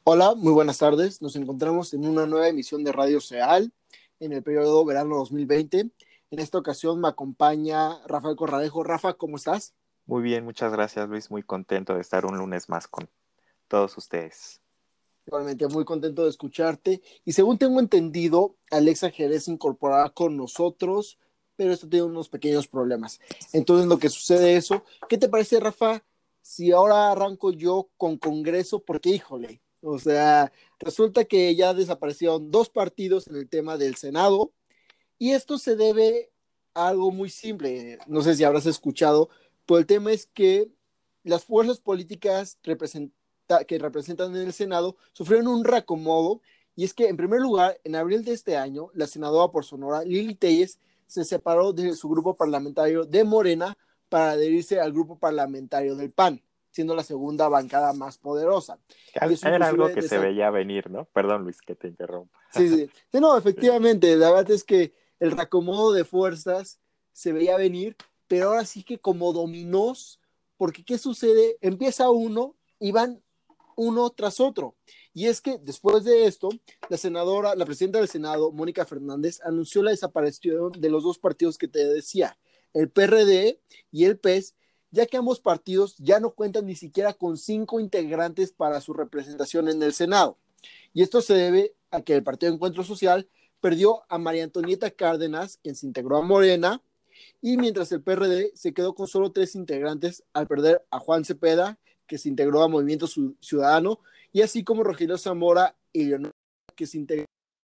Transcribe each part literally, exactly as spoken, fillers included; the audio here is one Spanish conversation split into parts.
Hola, muy buenas tardes. Nos encontramos en una nueva emisión de Radio Ceal en el periodo verano dos mil veinte. En esta ocasión me acompaña Rafael Corradejo. Rafa, ¿cómo estás? Muy bien, muchas gracias Luis, muy contento de estar un lunes más con todos ustedes. Igualmente muy contento de escucharte. Y según tengo entendido, Alexa Jerez se incorporará con nosotros, pero esto tiene unos pequeños problemas. Entonces, lo que sucede es eso. ¿Qué te parece, Rafa, si ahora arranco yo con Congreso? Porque, híjole, o sea, resulta que ya desaparecieron dos partidos en el tema del Senado. Y esto se debe a algo muy simple, no sé si habrás escuchado, pero el tema es que las fuerzas políticas representa que representan en el Senado sufrieron un reacomodo, y es que en primer lugar, en abril de este año, la senadora por Sonora, Lili Telles, se separó de su grupo parlamentario de Morena para adherirse al grupo parlamentario del P A N, siendo la segunda bancada más poderosa. Y eso Era algo inclusive que se desa- veía venir, ¿no? Perdón Luis, que te interrumpa. Sí, sí. Sí, no, Sí. efectivamente, la verdad es que el reacomodo de fuerzas se veía venir, pero ahora sí que como dominós, porque ¿qué sucede? Empieza uno y van uno tras otro. Y es que después de esto, la senadora, la presidenta del Senado, Mónica Fernández, anunció la desaparición de los dos partidos que te decía, el P R D y el P E S, ya que ambos partidos ya no cuentan ni siquiera con cinco integrantes para su representación en el Senado. Y esto se debe a que el Partido Encuentro Social perdió a María Antonieta Cárdenas, quien se integró a Morena, y mientras el P R D se quedó con solo tres integrantes al perder a Juan Cepeda, que se integró a Movimiento Ciudadano, y así como Rogelio Zamora y Leonor, que se integró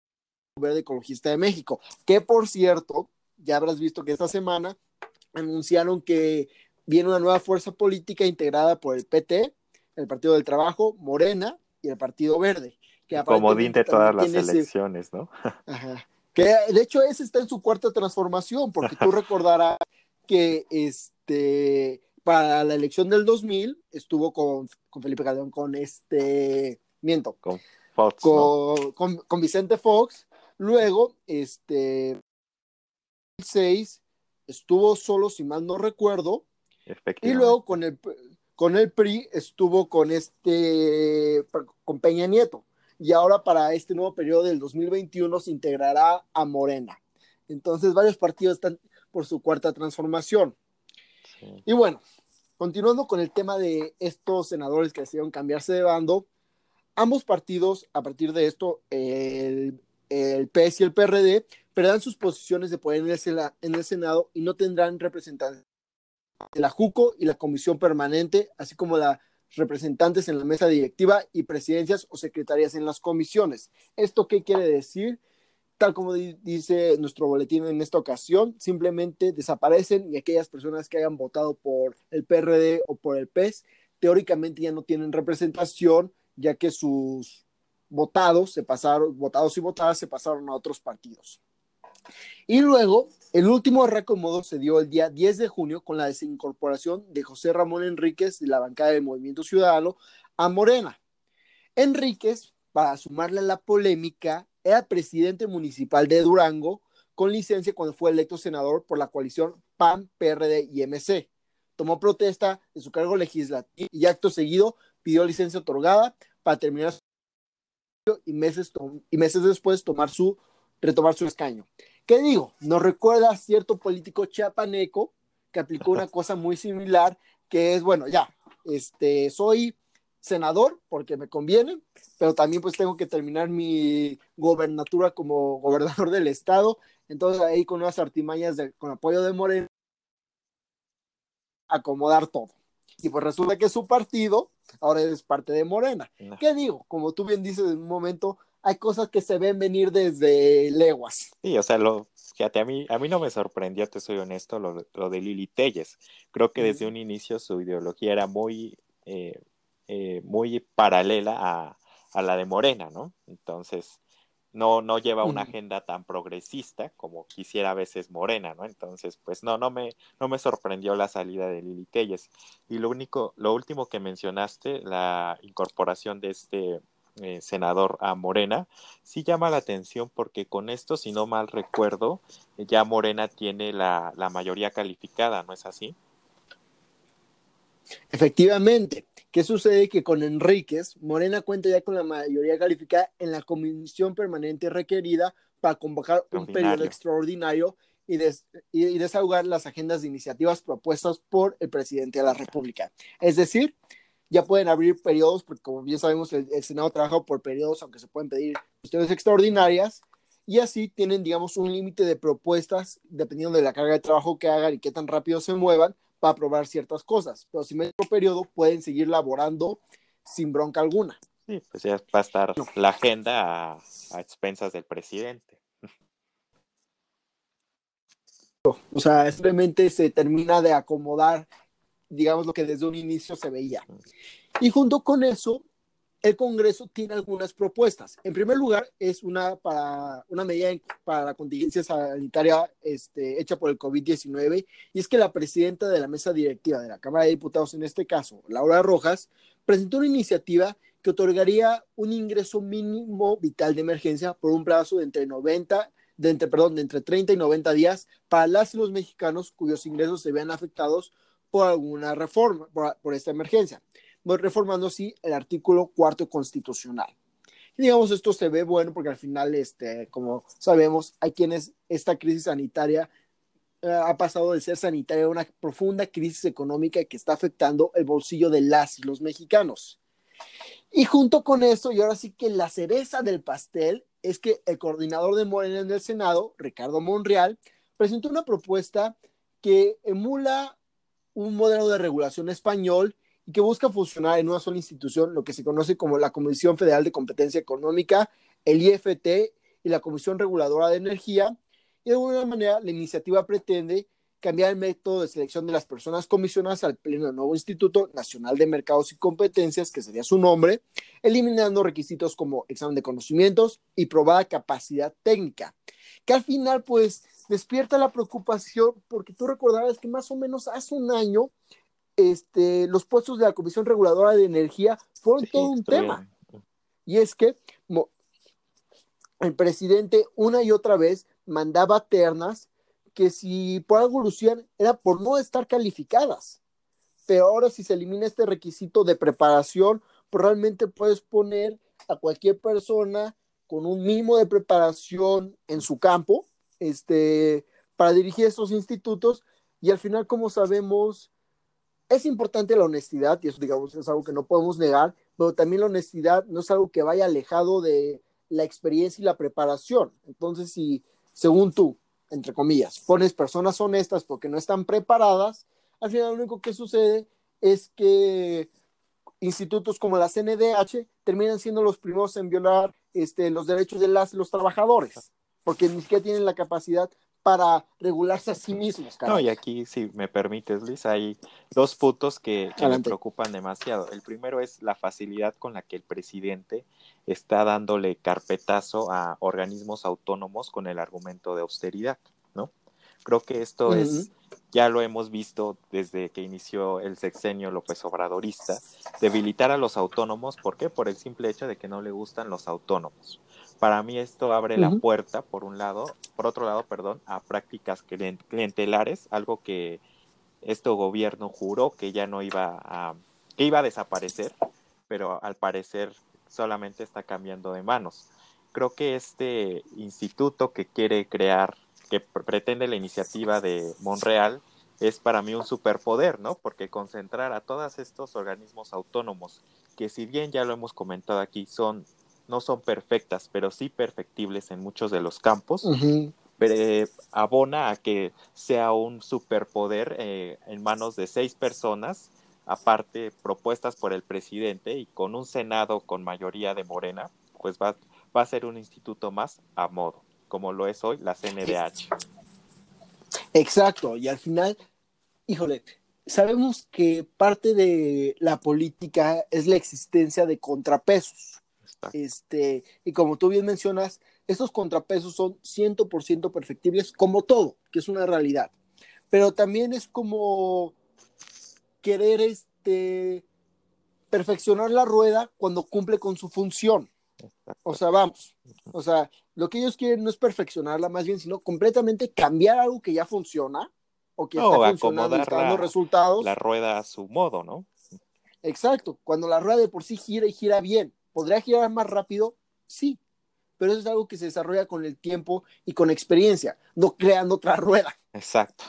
al Verde Ecologista de México, que por cierto, ya habrás visto que esta semana anunciaron que viene una nueva fuerza política integrada por el P T, el Partido del Trabajo, Morena y el Partido Verde, que El comodín aparentemente de todas también las tiene ese. elecciones, ¿no? Ajá. Que de hecho ese está en su cuarta transformación, porque tú recordarás que este para la elección del dos mil estuvo con, con Felipe Calderón, con este, miento, Con Fox, ¿no? con, con, con Vicente Fox, luego este seis estuvo solo, si mal no recuerdo, y luego Efectivamente. con el, con el P R I estuvo con este, con Peña Nieto. Y ahora para este nuevo periodo del dos mil veintiuno se integrará a Morena. Entonces varios partidos están por su cuarta transformación. Sí. Y bueno, continuando con el tema de estos senadores que decidieron cambiarse de bando, ambos partidos, a partir de esto, el, el P E S y el P R D, perderán sus posiciones de poder en el, en el Senado y no tendrán representantes de la JUCO y la Comisión Permanente, así como las representantes en la mesa directiva y presidencias o secretarías en las comisiones. ¿Esto qué quiere decir? Tal como dice nuestro boletín en esta ocasión, simplemente desaparecen, y aquellas personas que hayan votado por el P R D o por el P E S, teóricamente ya no tienen representación, ya que sus votados se pasaron, votados y votadas se pasaron a otros partidos. Y luego, el último reacomodo se dio el día diez de junio con la desincorporación de José Ramón Enríquez de la bancada del Movimiento Ciudadano a Morena. Enríquez, para sumarle a la polémica, era presidente municipal de Durango con licencia cuando fue electo senador por la coalición P A N, P R D y M C. Tomó protesta de su cargo legislativo y acto seguido pidió licencia otorgada para terminar su y meses, y meses después tomar su, retomar su escaño. ¿Qué digo? Nos recuerda a cierto político chiapaneco que aplicó una cosa muy similar, que es, bueno, ya, este, soy senador porque me conviene, pero también pues tengo que terminar mi gobernatura como gobernador del estado, entonces ahí con unas artimañas de, con apoyo de Moreno, acomodar todo. Y pues resulta que su partido ahora es parte de Morena. No. ¿Qué digo? Como tú bien dices en un momento, hay cosas que se ven venir desde leguas. Sí, o sea, lo, fíjate, a mí, a mí no me sorprendió, te soy honesto, lo, lo de Lili Telles. Creo que desde Mm. un inicio su ideología era muy, eh, eh, muy paralela a, a la de Morena, ¿no? Entonces, no, no lleva una Mm. agenda tan progresista como quisiera a veces Morena, ¿no? Entonces, pues no, no me, no me sorprendió la salida de Lili Telles. Y lo único, lo último que mencionaste, la incorporación de este eh, senador a Morena, sí llama la atención porque con esto, si no mal recuerdo, ya Morena tiene la, la mayoría calificada, ¿no es así? Efectivamente. ¿Qué sucede? Que con Enríquez, Morena cuenta ya con la mayoría calificada en la comisión permanente requerida para convocar un periodo extraordinario y, des, y, y desahogar las agendas de iniciativas propuestas por el presidente de la República. Es decir, ya pueden abrir periodos, porque como bien sabemos, el, el Senado trabaja por periodos, aunque se pueden pedir cuestiones extraordinarias, y así tienen, digamos, un límite de propuestas, dependiendo de la carga de trabajo que hagan y qué tan rápido se muevan, para aprobar ciertas cosas. Pero si en otro periodo pueden seguir laborando sin bronca alguna. Sí, pues ya va a estar no. la agenda a, a expensas del presidente. O sea, simplemente se termina de acomodar, digamos, lo que desde un inicio se veía. Y junto con eso, el Congreso tiene algunas propuestas. En primer lugar, es una, para, una medida para la contingencia sanitaria este, hecha por el COVID diecinueve, y es que la presidenta de la mesa directiva de la Cámara de Diputados, en este caso, Laura Rojas, presentó una iniciativa que otorgaría un ingreso mínimo vital de emergencia por un plazo de entre noventa, de entre, perdón, de entre treinta y noventa días para las y los mexicanos cuyos ingresos se vean afectados por alguna reforma, por, por esta emergencia, reformando así el artículo cuarto constitucional. Y digamos, esto se ve bueno porque al final, este, como sabemos, hay quienes esta crisis sanitaria eh, ha pasado de ser sanitaria a una profunda crisis económica que está afectando el bolsillo de las y los mexicanos. Y junto con eso, y ahora sí que la cereza del pastel, es que el coordinador de Morena en el Senado, Ricardo Monreal, presentó una propuesta que emula un modelo de regulación español y que busca fusionar en una sola institución lo que se conoce como la Comisión Federal de Competencia Económica, el I F T y la Comisión Reguladora de Energía. Y de alguna manera la iniciativa pretende cambiar el método de selección de las personas comisionadas al pleno del nuevo Instituto Nacional de Mercados y Competencias, que sería su nombre, eliminando requisitos como examen de conocimientos y probada capacidad técnica, que al final pues despierta la preocupación, porque tú recordarás que más o menos hace un año este, los puestos de la Comisión Reguladora de Energía fueron sí, todo un tema. Y es que mo, el presidente una y otra vez mandaba ternas que si por algo lucían era por no estar calificadas. Pero ahora si se elimina este requisito de preparación, pues realmente puedes poner a cualquier persona con un mínimo de preparación en su campo, este, para dirigir estos institutos, y al final, como sabemos, es importante la honestidad, y eso, digamos, es algo que no podemos negar, pero también la honestidad no es algo que vaya alejado de la experiencia y la preparación. Entonces, si, según tú, entre comillas, pones personas honestas porque no están preparadas, al final lo único que sucede es que institutos como la C N D H terminan siendo los primeros en violar este, los derechos de las los trabajadores, porque ni siquiera tienen la capacidad para regularse a sí mismos. Caray. No, y aquí, si me permites, Luis, hay dos puntos que, que me preocupan demasiado. El primero es la facilidad con la que el presidente está dándole carpetazo a organismos autónomos con el argumento de austeridad, ¿no? Creo que esto uh-huh. es, ya lo hemos visto desde que inició el sexenio López Obradorista, debilitar a los autónomos. ¿Por qué? Por el simple hecho de que no le gustan los autónomos. Para mí esto abre uh-huh. la puerta, por un lado, por otro lado, perdón, a prácticas clientelares, algo que este gobierno juró que ya no iba a, que iba a desaparecer, pero al parecer solamente está cambiando de manos. Creo que este instituto que quiere crear, que pretende la iniciativa de Monreal, es para mí un superpoder, ¿no? Porque concentrar a todos estos organismos autónomos, que si bien ya lo hemos comentado aquí, son no son perfectas, pero sí perfectibles en muchos de los campos, uh-huh. pero, abona a que sea un superpoder eh, en manos de seis personas, aparte propuestas por el presidente, y con un Senado con mayoría de Morena, pues va, va a ser un instituto más a modo, como lo es hoy la C N D H. Exacto, y al final, híjole, sabemos que parte de la política es la existencia de contrapesos. Este, y como tú bien mencionas, estos contrapesos son cien por ciento perfectibles, como todo, que es una realidad. Pero también es como querer este, perfeccionar la rueda cuando cumple con su función. O sea, vamos, o sea, lo que ellos quieren no es perfeccionarla más bien, sino completamente cambiar algo que ya funciona o que no, está funcionando y está dando la, resultados. La rueda a su modo, ¿no? Exacto, cuando la rueda de por sí gira y gira bien, ¿podría girar más rápido? Sí, pero eso es algo que se desarrolla con el tiempo y con experiencia, no creando otra rueda. Exacto.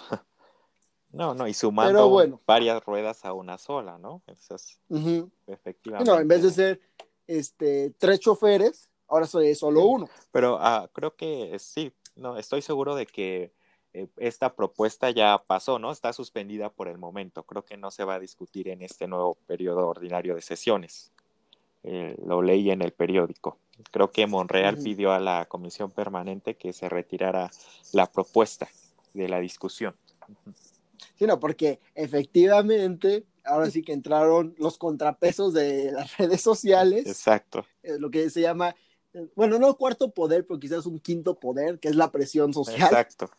No, no, y Pero sumando bueno, varias ruedas a una sola, ¿no? Eso es uh-huh. No, en vez de efectivamente. ser este, tres choferes, ahora soy solo Sí, uno. pero ah, creo que sí, no, estoy seguro de que eh, esta propuesta ya pasó, ¿no? Está suspendida por el momento. Creo que no se va a discutir en este nuevo periodo ordinario de sesiones. Eh, lo leí en el periódico. Creo que Monreal Uh-huh. pidió a la comisión permanente que se retirara la propuesta de la discusión. Sino porque efectivamente, ahora sí que entraron los contrapesos de las redes sociales, Exacto, eh, lo que se llama, eh, bueno, no cuarto poder, pero quizás un quinto poder, que es la presión social. exacto.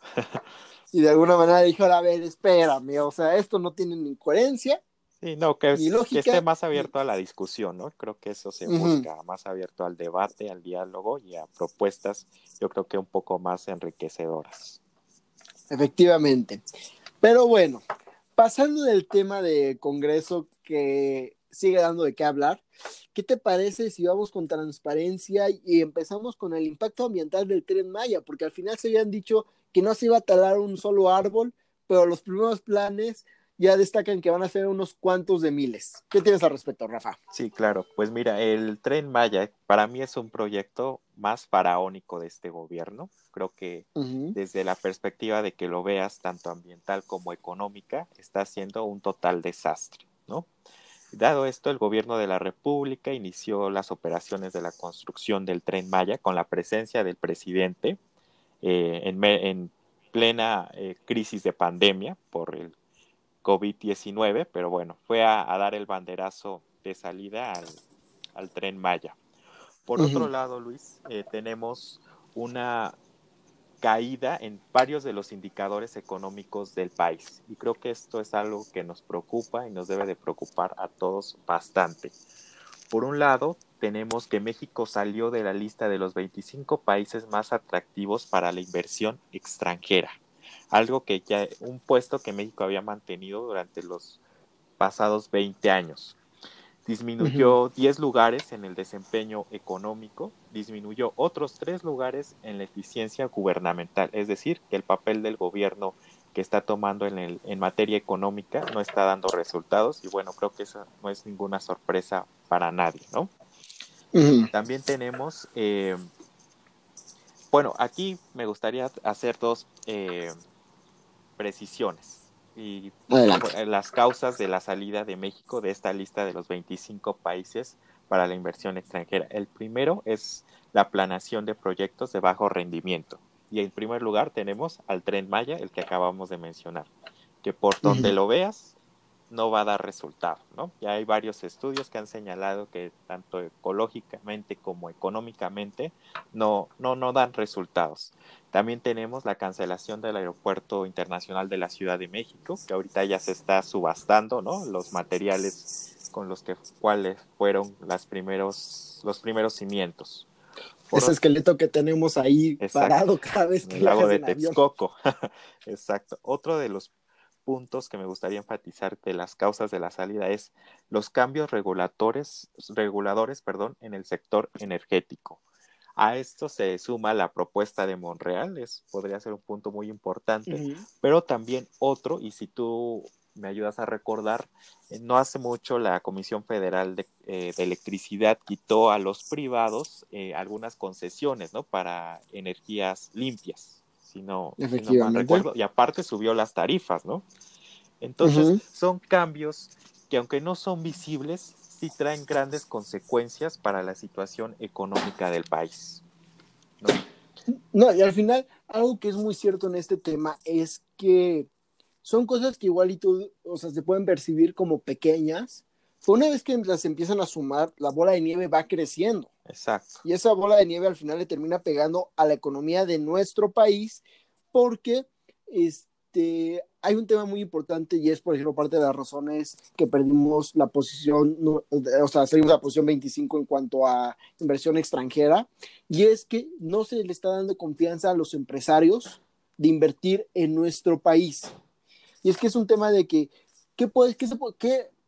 Y de alguna manera dijo, a ver, espérame, o sea, esto no tiene ni coherencia, Sí, no, que, ni es, que esté lógica, más ni... abierto a la discusión, ¿no? Creo que eso se Uh-huh. busca, más abierto al debate, al diálogo y a propuestas, yo creo que un poco más enriquecedoras. Efectivamente. Pero bueno, pasando del tema de Congreso que sigue dando de qué hablar, ¿qué te parece si vamos con transparencia y empezamos con el impacto ambiental del Tren Maya? Porque al final se habían dicho que no se iba a talar un solo árbol, pero los primeros planes ya destacan que van a ser unos cuantos de miles. ¿Qué tienes al respecto, Rafa? Sí, claro. Pues mira, el Tren Maya para mí es un proyecto más faraónico de este gobierno. Creo que Uh-huh. desde la perspectiva de que lo veas tanto ambiental como económica, está siendo un total desastre, ¿no? Dado esto, el gobierno de la República inició las operaciones de la construcción del Tren Maya con la presencia del presidente eh, en, me, en, plena eh, crisis de pandemia por el COVID diecinueve, pero bueno, fue a, a dar el banderazo de salida al, al Tren Maya. Por otro Uh-huh. lado, Luis, eh, tenemos una caída en varios de los indicadores económicos del país. Y creo que esto es algo que nos preocupa y nos debe de preocupar a todos bastante. Por un lado, tenemos que México salió de la lista de los veinticinco países más atractivos para la inversión extranjera. Algo que ya, un puesto que México había mantenido durante los pasados veinte años. Uh-huh. Disminuyó diez lugares en el desempeño económico, disminuyó otros tres lugares en la eficiencia gubernamental, es decir, que el papel del gobierno que está tomando en, el, en materia económica no está dando resultados y bueno, creo que eso no es ninguna sorpresa para nadie, ¿no? Uh-huh. También tenemos, eh, bueno, aquí me gustaría hacer dos eh, precisiones y Adelante. las causas de la salida de México de esta lista de los veinticinco países para la inversión extranjera. El primero es la planeación de proyectos de bajo rendimiento. Y en primer lugar tenemos al Tren Maya, el que acabamos de mencionar, que por donde Uh-huh. lo veas no va a dar resultado, ¿no? Ya hay varios estudios que han señalado que tanto ecológicamente como económicamente no, no, no dan resultados. También tenemos la cancelación del Aeropuerto Internacional de la Ciudad de México, que ahorita ya se está subastando, ¿no? Los materiales con los que cuáles fueron las primeros, los primeros cimientos. Por Ese otro, esqueleto que tenemos ahí exacto, parado cada vez en que el lago viajas de en avión. Texcoco. Exacto. Otro de los puntos que me gustaría enfatizar de las causas de la salida es los cambios reguladores, reguladores, perdón, en el sector energético. A esto se suma la propuesta de Monreal, es, podría ser un punto muy importante, Uh-huh. pero también otro, y si tú me ayudas a recordar, eh, no hace mucho la Comisión Federal de, eh, de Electricidad quitó a los privados eh, algunas concesiones, ¿no? Para energías limpias, si no, si no mal Efectivamente. recuerdo, y aparte subió las tarifas, ¿no? Entonces, Uh-huh. son cambios que aunque no son visibles, sí traen grandes consecuencias para la situación económica del país, ¿no? No, y al final, algo que es muy cierto en este tema es que son cosas que igual y tú, o sea, se pueden percibir como pequeñas, pero una vez que las empiezan a sumar, la bola de nieve va creciendo. Exacto. Y esa bola de nieve al final le termina pegando a la economía de nuestro país porque este, hay un tema muy importante y es, por ejemplo, parte de las razones que perdimos la posición, no, o sea, salimos a la posición veinticinco en cuanto a inversión extranjera, y es que no se le está dando confianza a los empresarios de invertir en nuestro país. Y es que es un tema de que, ¿qué puedes, qué se puede, qué,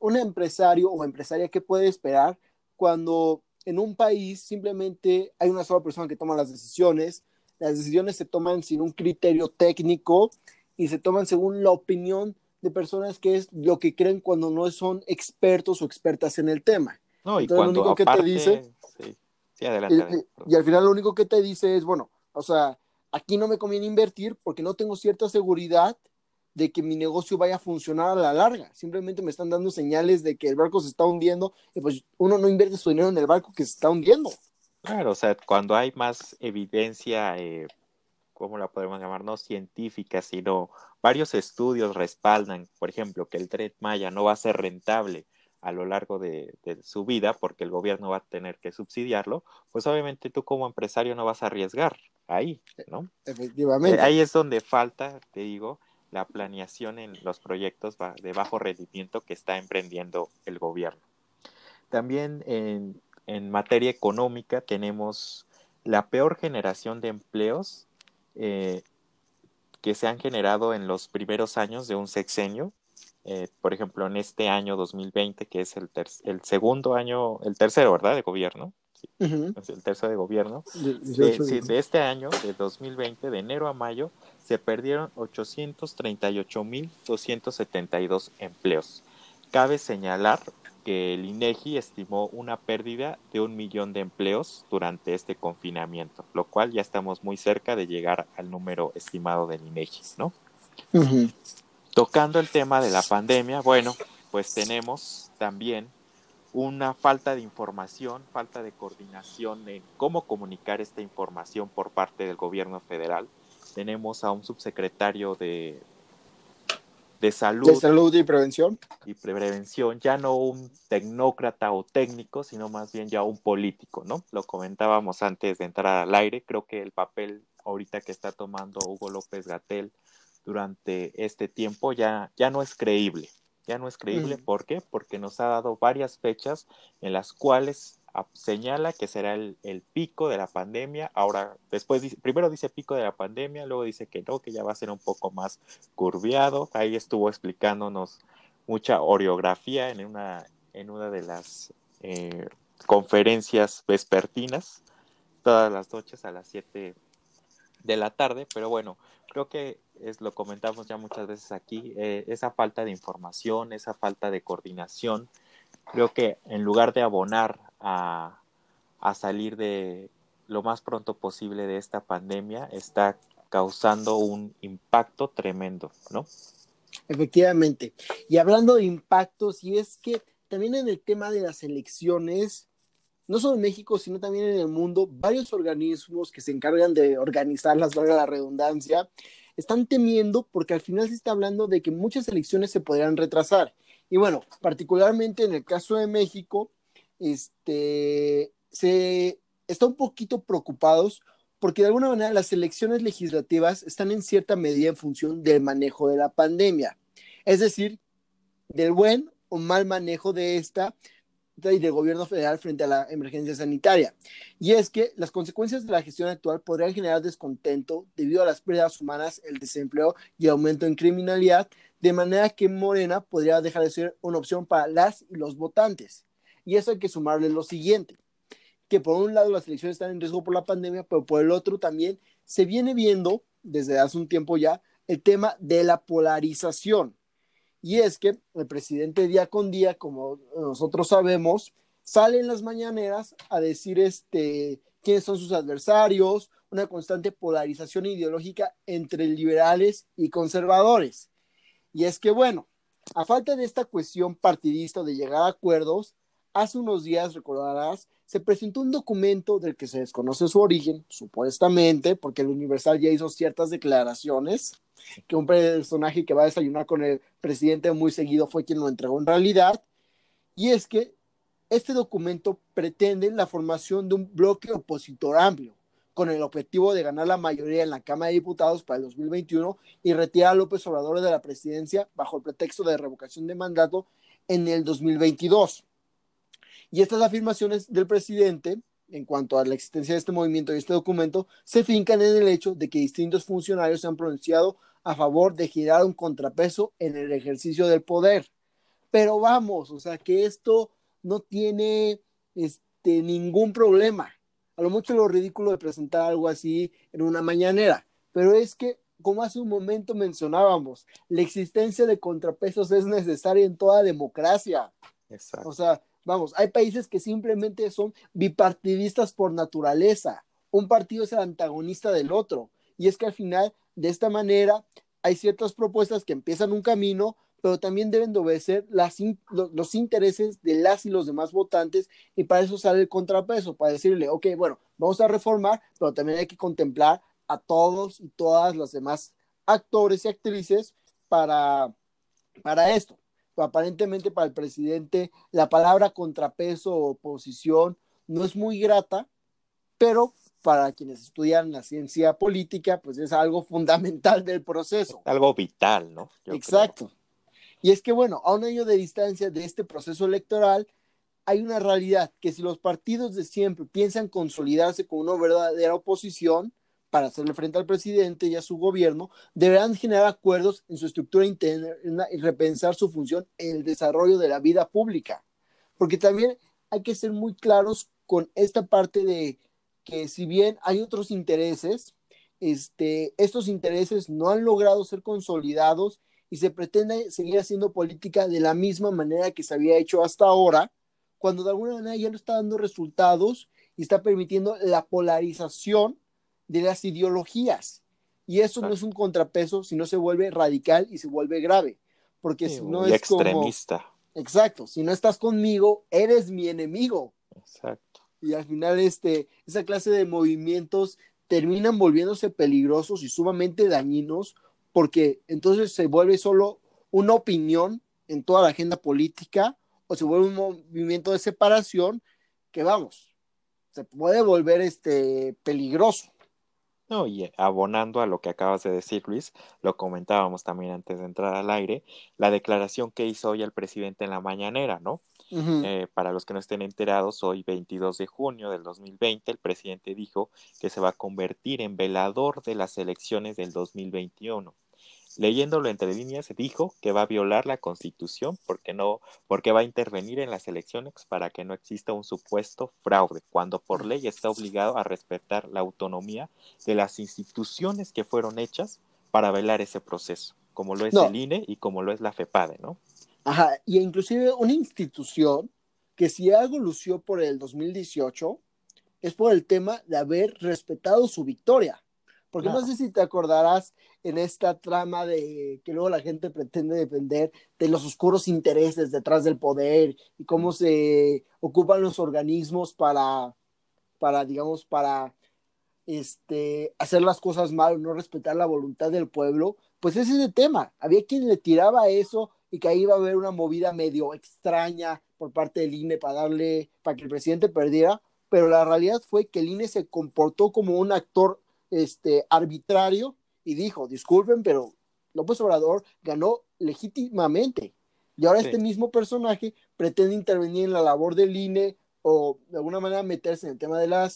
un empresario o empresaria, ¿qué puede esperar cuando en un país simplemente hay una sola persona que toma las decisiones? Las decisiones se toman sin un criterio técnico y se toman según la opinión de personas que es lo que creen cuando no son expertos o expertas en el tema. No, y Entonces lo cuando único que te dice, aparte, sí, sí, adelante, y, adelante, perdón. y al final lo único que te dice es, bueno, o sea, aquí no me conviene invertir porque no tengo cierta seguridad de que mi negocio vaya a funcionar a la larga. Simplemente me están dando señales de que el barco se está hundiendo y pues uno no invierte su dinero en el barco que se está hundiendo. Claro, o sea, cuando hay más evidencia, eh, ¿cómo la podemos llamar? No científica, sino varios estudios respaldan, por ejemplo, que el Tren Maya no va a ser rentable a lo largo de, de su vida porque el gobierno va a tener que subsidiarlo, pues obviamente tú como empresario no vas a arriesgar ahí, ¿no? Eh, Efectivamente. ahí es donde falta, te digo, la planeación en los proyectos de bajo rendimiento que está emprendiendo el gobierno. También en, en materia económica tenemos la peor generación de empleos eh, que se han generado en los primeros años de un sexenio. Eh, por ejemplo, en este año dos mil veinte, que es el, ter el segundo año, el tercero, ¿verdad? De gobierno. Sí, Uh-huh. es el tercero de gobierno. De, dieciocho, sí, de este año, de dos mil veinte, de enero a mayo, se perdieron ochocientos treinta y ocho mil doscientos setenta y dos empleos. Cabe señalar que el INEGI estimó una pérdida de un millón de empleos durante este confinamiento, lo cual ya estamos muy cerca de llegar al número estimado del INEGI, ¿no? uh-huh. Tocando el tema de la pandemia, bueno, pues tenemos también una falta de información, falta de coordinación en cómo comunicar esta información por parte del gobierno federal. Tenemos a un subsecretario de, de De salud salud y prevención. y prevención, ya no un tecnócrata o técnico, sino más bien ya un político, ¿no? Lo comentábamos antes de entrar al aire, creo que el papel ahorita que está tomando Hugo López Gatell durante este tiempo ya, ya no es creíble, ya no es creíble, Uh-huh. ¿por qué? Porque nos ha dado varias fechas en las cuales señala que será el, el pico de la pandemia, ahora después dice, primero dice pico de la pandemia, luego dice que no, que ya va a ser un poco más curviado, ahí estuvo explicándonos mucha orografía en una, en una de las eh, conferencias vespertinas, todas las noches a las siete de la tarde, pero bueno, creo que es lo comentamos ya muchas veces aquí, eh, esa falta de información, esa falta de coordinación, creo que en lugar de abonar a, a salir de lo más pronto posible de esta pandemia, está causando un impacto tremendo, ¿no? Efectivamente. Y hablando de impactos, y es que también en el tema de las elecciones, no solo en México, sino también en el mundo, varios organismos que se encargan de organizarlas, valga la redundancia, están temiendo porque al final se está hablando de que muchas elecciones se podrían retrasar. Y bueno, particularmente en el caso de México, este, se está un poquito preocupados porque de alguna manera las elecciones legislativas están en cierta medida en función del manejo de la pandemia. Es decir, del buen o mal manejo de esta y del gobierno federal frente a la emergencia sanitaria. Y es que las consecuencias de la gestión actual podrían generar descontento debido a las pérdidas humanas, el desempleo y el aumento en criminalidad, de manera que Morena podría dejar de ser una opción para las y los votantes. Y eso hay que sumarle lo siguiente, que por un lado las elecciones están en riesgo por la pandemia, pero por el otro también se viene viendo desde hace un tiempo ya el tema de la polarización. Y es que el presidente día con día, como nosotros sabemos, sale en las mañaneras a decir este, quiénes son sus adversarios, una constante polarización ideológica entre liberales y conservadores. Y es que, bueno, a falta de esta cuestión partidista de llegar a acuerdos, hace unos días, recordarás, se presentó un documento del que se desconoce su origen, supuestamente, porque el Universal ya hizo ciertas declaraciones, que un personaje que va a desayunar con el presidente muy seguido fue quien lo entregó en realidad, y es que este documento pretende la formación de un bloque opositor amplio, con el objetivo de ganar la mayoría en la Cámara de Diputados para el dos mil veintiuno y retirar a López Obrador de la presidencia bajo el pretexto de revocación de mandato en el dos mil veintidós. Y estas afirmaciones del presidente en cuanto a la existencia de este movimiento y este documento se fincan en el hecho de que distintos funcionarios se han pronunciado a favor de girar un contrapeso en el ejercicio del poder. pero vamos, o sea, que esto no tiene este, ningún problema. A lo mucho lo ridículo de presentar algo así en una mañanera, pero es que, como hace un momento mencionábamos, la existencia de contrapesos es necesaria en toda democracia. Exacto. O sea, vamos, hay países que simplemente son bipartidistas por naturaleza. Un partido es el antagonista del otro. Y es que al final, de esta manera, hay ciertas propuestas que empiezan un camino, pero también deben de obedecer las, los intereses de las y los demás votantes, y para eso sale el contrapeso, para decirle, ok, bueno, vamos a reformar, pero también hay que contemplar a todos y todas los demás actores y actrices para, para esto. Pero aparentemente para el presidente la palabra contrapeso o oposición no es muy grata, pero para quienes estudian la ciencia política, pues es algo fundamental del proceso. Algo vital, ¿no? Yo Exacto. creo. Y es que, bueno, a un año de distancia de este proceso electoral, hay una realidad, que si los partidos de siempre piensan consolidarse con una verdadera oposición para hacerle frente al presidente y a su gobierno, deberán generar acuerdos en su estructura interna y repensar su función en el desarrollo de la vida pública. Porque también hay que ser muy claros con esta parte de que si bien hay otros intereses, este, estos intereses no han logrado ser consolidados y se pretende seguir haciendo política de la misma manera que se había hecho hasta ahora, cuando de alguna manera ya no está dando resultados y está permitiendo la polarización de las ideologías. Y eso no es un contrapeso, sino se vuelve radical y se vuelve grave. Porque Sí, si no muy es como, extremista. exacto, si no estás conmigo, eres mi enemigo. Exacto. Y al final este, esa clase de movimientos terminan volviéndose peligrosos y sumamente dañinos, porque entonces se vuelve solo una opinión en toda la agenda política, o se vuelve un movimiento de separación que, vamos, se puede volver este, peligroso. No, y abonando a lo que acabas de decir, Luis, lo comentábamos también antes de entrar al aire, la declaración que hizo hoy el presidente en la mañanera, ¿no? Uh-huh. Eh, para los que no estén enterados, hoy veintidós de junio del dos mil veinte, el presidente dijo que se va a convertir en velador de las elecciones del dos mil veintiuno. Leyéndolo entre líneas, dijo que va a violar la Constitución porque no, porque va a intervenir en las elecciones para que no exista un supuesto fraude, cuando por ley está obligado a respetar la autonomía de las instituciones que fueron hechas para velar ese proceso, como lo es No, el I N E y como lo es la FEPADE, ¿no? ajá, y inclusive una institución que si algo lució por el dos mil dieciocho es por el tema de haber respetado su victoria. Porque no Claro. sé si te acordarás en esta trama de que luego la gente pretende defender de los oscuros intereses detrás del poder y cómo Mm. se ocupan los organismos para, para digamos, para este, hacer las cosas mal, no respetar la voluntad del pueblo, pues ese es el tema. Había quien le tiraba eso y que ahí iba a haber una movida medio extraña por parte del I N E para darle, para que el presidente perdiera, pero la realidad fue que el I N E se comportó como un actor este, arbitrario y dijo, disculpen, pero López Obrador ganó legítimamente. Y ahora Sí. este mismo personaje pretende intervenir en la labor del I N E o de alguna manera meterse en el tema de las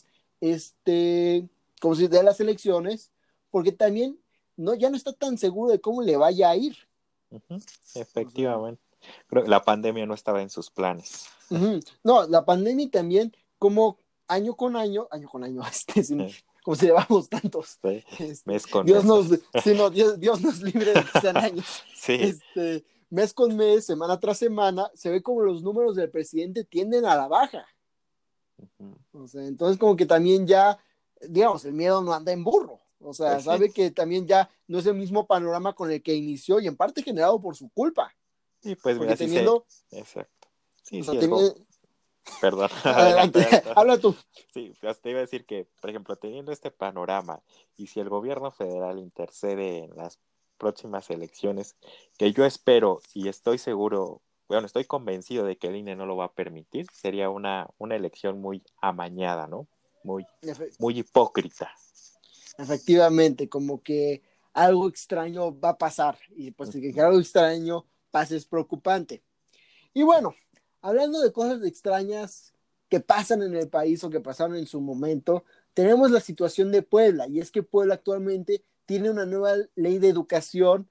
este, como si de las elecciones, porque también no, ya no está tan seguro de cómo le vaya a ir. Uh-huh. Efectivamente. O sea, creo que la pandemia no estaba en sus planes. Uh-huh. No, la pandemia también, como año con año, año con año, este, sin, Sí. como si llevamos tantos. Sí. Este, Mes con Dios, mes. nos, sí, no, Dios, Dios nos libre de que sean años. Sí. Este, mes con mes, semana tras semana, se ve como los números del presidente tienden a la baja. Uh-huh. O sea, entonces como que también ya, digamos, el miedo no anda en burro. O sea, Pues sí. sabe que también ya no es el mismo panorama con el que inició y en parte generado por su culpa. Y pues Porque mira, sí teniendo... se... Exacto. Sí, O sí, sea, es teniendo... como... Perdón, adelante, Adelante, adelante. habla tú. Sí, pues te iba a decir que, por ejemplo, teniendo este panorama y si el gobierno federal intercede en las próximas elecciones, que yo espero y estoy seguro, bueno, estoy convencido de que el I N E no lo va a permitir, sería una, una elección muy amañada, ¿no? Muy, Efe- muy hipócrita. Efectivamente, como que algo extraño va a pasar. Y pues que Ujú. algo extraño pase es preocupante. Y bueno, hablando de cosas extrañas que pasan en el país o que pasaron en su momento, tenemos la situación de Puebla, y es que Puebla actualmente tiene una nueva ley de educación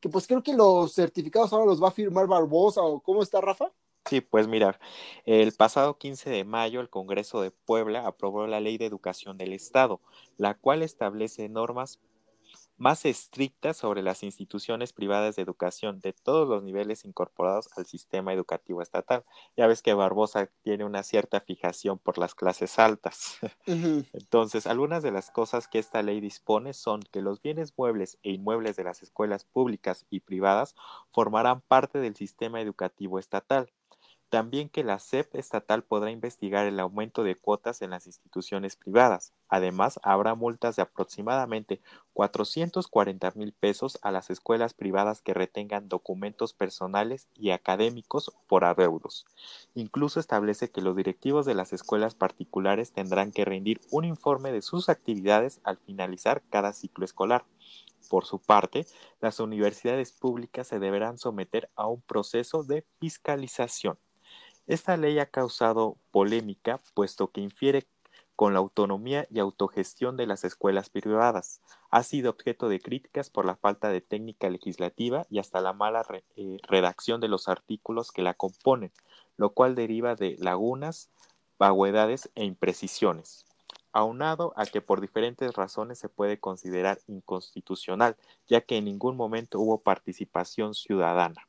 que pues creo que los certificados ahora los va a firmar Barbosa, ¿o cómo está, Rafa? Sí, pues mira, el pasado quince de mayo el Congreso de Puebla aprobó la Ley de Educación del Estado, la cual establece normas más estrictas sobre las instituciones privadas de educación de todos los niveles incorporados al sistema educativo estatal. Ya ves que Barbosa tiene una cierta fijación por las clases altas. Uh-huh. Entonces, algunas de las cosas que esta ley dispone son que los bienes muebles e inmuebles de las escuelas públicas y privadas formarán parte del sistema educativo estatal. También que la S E P estatal podrá investigar el aumento de cuotas en las instituciones privadas. Además, habrá multas de aproximadamente cuatrocientos cuarenta mil pesos a las escuelas privadas que retengan documentos personales y académicos por adeudos. Incluso establece que los directivos de las escuelas particulares tendrán que rendir un informe de sus actividades al finalizar cada ciclo escolar. Por su parte, las universidades públicas se deberán someter a un proceso de fiscalización. Esta ley ha causado polémica, puesto que infiere con la autonomía y autogestión de las escuelas privadas. Ha sido objeto de críticas por la falta de técnica legislativa y hasta la mala re- eh, redacción de los artículos que la componen, lo cual deriva de lagunas, vaguedades e imprecisiones, aunado a que por diferentes razones se puede considerar inconstitucional, ya que en ningún momento hubo participación ciudadana.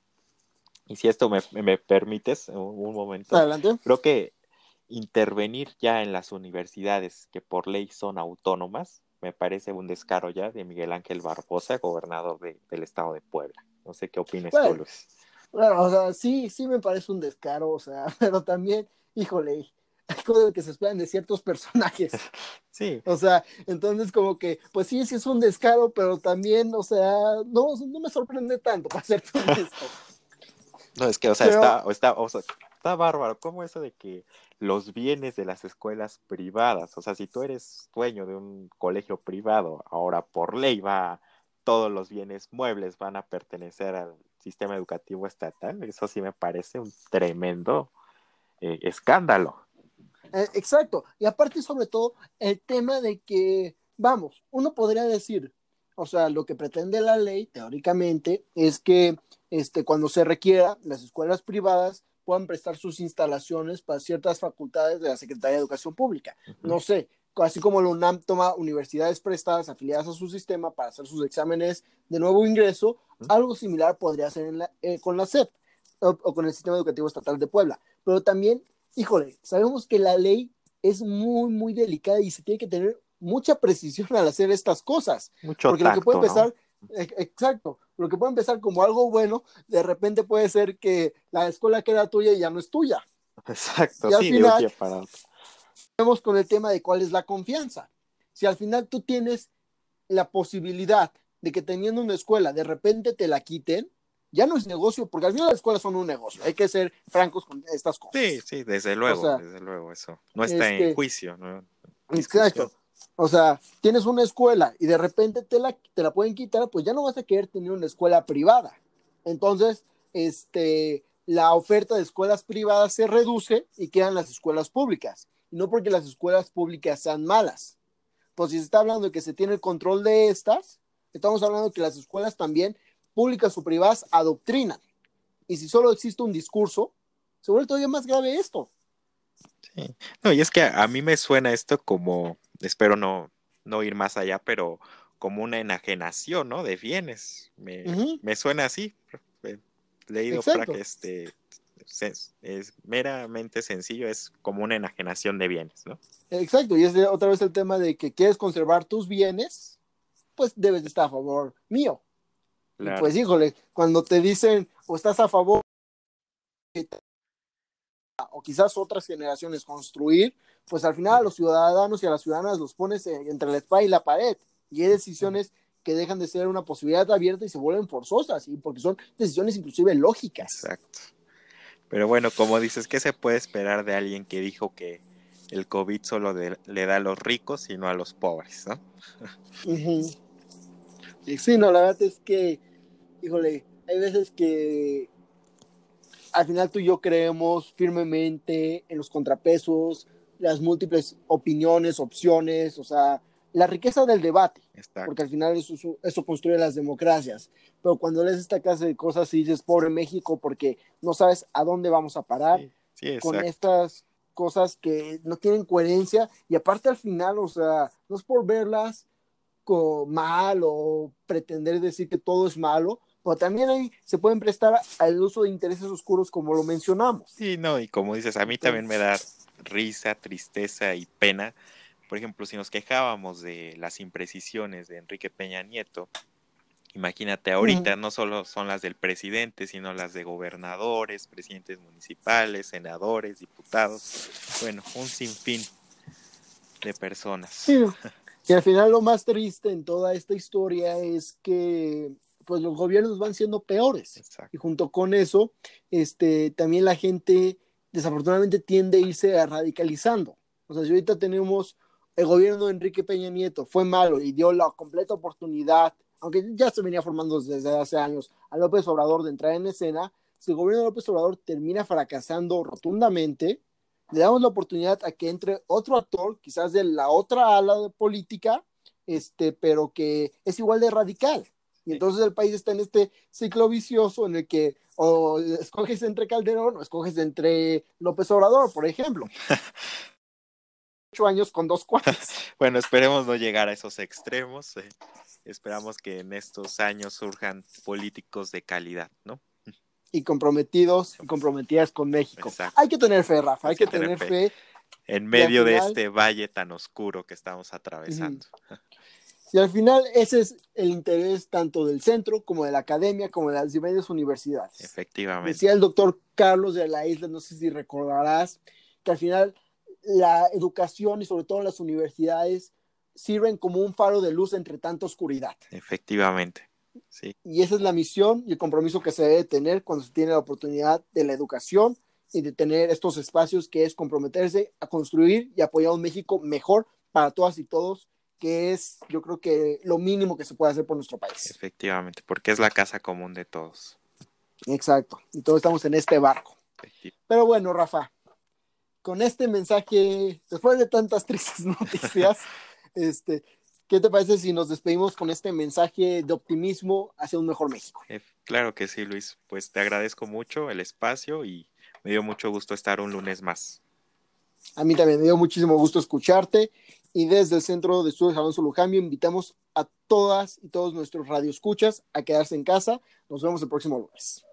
Y si esto me, me permites un, un momento, Adelante. creo que intervenir ya en las universidades que por ley son autónomas, me parece un descaro ya de Miguel Ángel Barbosa, gobernador de, del estado de Puebla. No sé qué opines tú, Bueno, Luis. bueno, o sea, sí, sí me parece un descaro, o sea, pero también, híjole, hay cosas que se esperan de ciertos personajes. Sí, O sea, entonces como que, pues sí, sí es un descaro, pero también, o sea, no, no me sorprende tanto, para serte honesto. no, es que, o sea, Pero, está, está, o sea, está bárbaro. ¿Cómo eso de que los bienes de las escuelas privadas, o sea, si tú eres dueño de un colegio privado, ahora por ley va, todos los bienes muebles van a pertenecer al sistema educativo estatal? Eso sí me parece un tremendo eh, escándalo. eh, exacto, y aparte sobre todo el tema de que, vamos, uno podría decir, o sea, lo que pretende la ley, teóricamente, es que este, cuando se requiera, las escuelas privadas puedan prestar sus instalaciones para ciertas facultades de la Secretaría de Educación Pública. Ujú, No sé, así como la UNAM toma universidades prestadas afiliadas a su sistema para hacer sus exámenes de nuevo ingreso, ujú. algo similar podría ser en la, eh, con la S E P o, o con el Sistema Educativo Estatal de Puebla. Pero también, híjole, sabemos que la ley es muy, muy delicada y se tiene que tener mucha precisión al hacer estas cosas, Mucho porque lo que puede tacto, ¿no? empezar, eh, exacto, lo que puede empezar como algo bueno, de repente puede ser que la escuela queda tuya y ya no es tuya. Exacto, Y al sí, de un final, día para otro. vemos con el tema de cuál es la confianza. Si al final tú tienes la posibilidad de que teniendo una escuela de repente te la quiten, ya no es negocio, porque al final las escuelas son un negocio, hay que ser francos con estas Sí, cosas. sí, desde O luego, sea, desde luego, eso. No está en este, juicio, ¿no? En discusión. exacto. O sea, tienes una escuela y de repente te la, te la pueden quitar, pues ya no vas a querer tener una escuela privada. Entonces, este, la oferta de escuelas privadas se reduce y quedan las escuelas públicas. Y no porque las escuelas públicas sean malas. Pues si se está hablando de que se tiene el control de estas, estamos hablando de que las escuelas también, públicas o privadas, adoctrinan. Y si solo existe un discurso, se vuelve todavía más grave esto. Sí. No, y es que a, a mí me suena esto como, espero no, no ir más allá, pero como una enajenación, ¿no? De bienes. Me, Ujú, me suena así. eh, Leído frac, exacto. este, es, es meramente sencillo, es como una enajenación de bienes, ¿no? Exacto, y es de, otra vez el tema de que quieres conservar tus bienes, pues debes de estar a favor mío. Y Claro. pues, híjole, cuando te dicen o estás a favor o quizás otras generaciones construir, pues al final a los ciudadanos y a las ciudadanas los pones entre la espada y la pared. Y hay decisiones que dejan de ser una posibilidad abierta y se vuelven forzosas, y porque son decisiones inclusive lógicas. Exacto. Pero bueno, como dices, ¿qué se puede esperar de alguien que dijo que el COVID solo de- le da a los ricos y no a los pobres, ¿no? Uh-huh. Y sí, no, la verdad es que, híjole, hay veces que al final tú y yo creemos firmemente en los contrapesos, las múltiples opiniones, opciones, o sea, la riqueza del debate, Exacto. porque al final eso, eso construye las democracias. Pero cuando lees esta clase de cosas y dices, pobre México, porque no sabes a dónde vamos a parar Sí, sí, con exacto. estas cosas que no tienen coherencia, y aparte al final, o sea, no es por verlas como mal o pretender decir que todo es malo, pero también ahí se pueden prestar al uso de intereses oscuros como lo mencionamos. Sí, no, y como dices, a mí también me Entonces, da risa, tristeza y pena. Por ejemplo, si nos quejábamos de las imprecisiones de Enrique Peña Nieto, imagínate ahorita, no solo son las del presidente, sino las de gobernadores, presidentes municipales, senadores, diputados, bueno, un sinfín de personas. sí, y al final lo más triste en toda esta historia es que pues los gobiernos van siendo peores, y Exacto. junto con eso este, también la gente desafortunadamente tiende a irse a radicalizando. O sea, si ahorita tenemos el gobierno de Enrique Peña Nieto fue malo y dio la completa oportunidad, aunque ya se venía formando desde hace años, a López Obrador de entrar en escena. Si el gobierno de López Obrador termina fracasando rotundamente, le damos la oportunidad a que entre otro actor, quizás de la otra ala de política, este, pero que es igual de radical. Y Sí. entonces el país está en este ciclo vicioso en el que o escoges entre Calderón o escoges entre López Obrador, por ejemplo. Ocho años con dos cuates. Bueno, esperemos no llegar a esos extremos. Eh, esperamos que en estos años surjan políticos de calidad, ¿no? Y comprometidos y comprometidas con México. Exacto. Hay que tener fe, Rafa, Hay hay que que tener tener fe fe. en Y al medio de final, este valle tan oscuro que estamos uh-huh, atravesando. y al final ese es el interés tanto del centro como de la academia como de las diversas universidades. Decía Efectivamente. el doctor Carlos de la Isla, no sé si recordarás, que al final la educación y sobre todo las universidades sirven como un faro de luz entre tanta oscuridad. Efectivamente. Sí. Y esa es la misión y el compromiso que se debe tener cuando se tiene la oportunidad de la educación y de tener estos espacios, que es comprometerse a construir y apoyar un México mejor para todas y todos, que es, yo creo que lo mínimo que se puede hacer por nuestro país. Efectivamente, porque es la casa común de todos. Exacto, y todos estamos en este barco. Efectiv- Pero bueno, Rafa, con este mensaje, después de tantas tristes noticias, este, ¿qué te parece si nos despedimos con este mensaje de optimismo hacia un mejor México? eh, claro que sí, Luis. Pues te agradezco mucho el espacio y me dio mucho gusto estar un lunes más. A mí también me dio muchísimo gusto escucharte, y desde el Centro de Estudios Alonso Lujambio invitamos a todas y todos nuestros radioescuchas a quedarse en casa. Nos vemos el próximo lunes.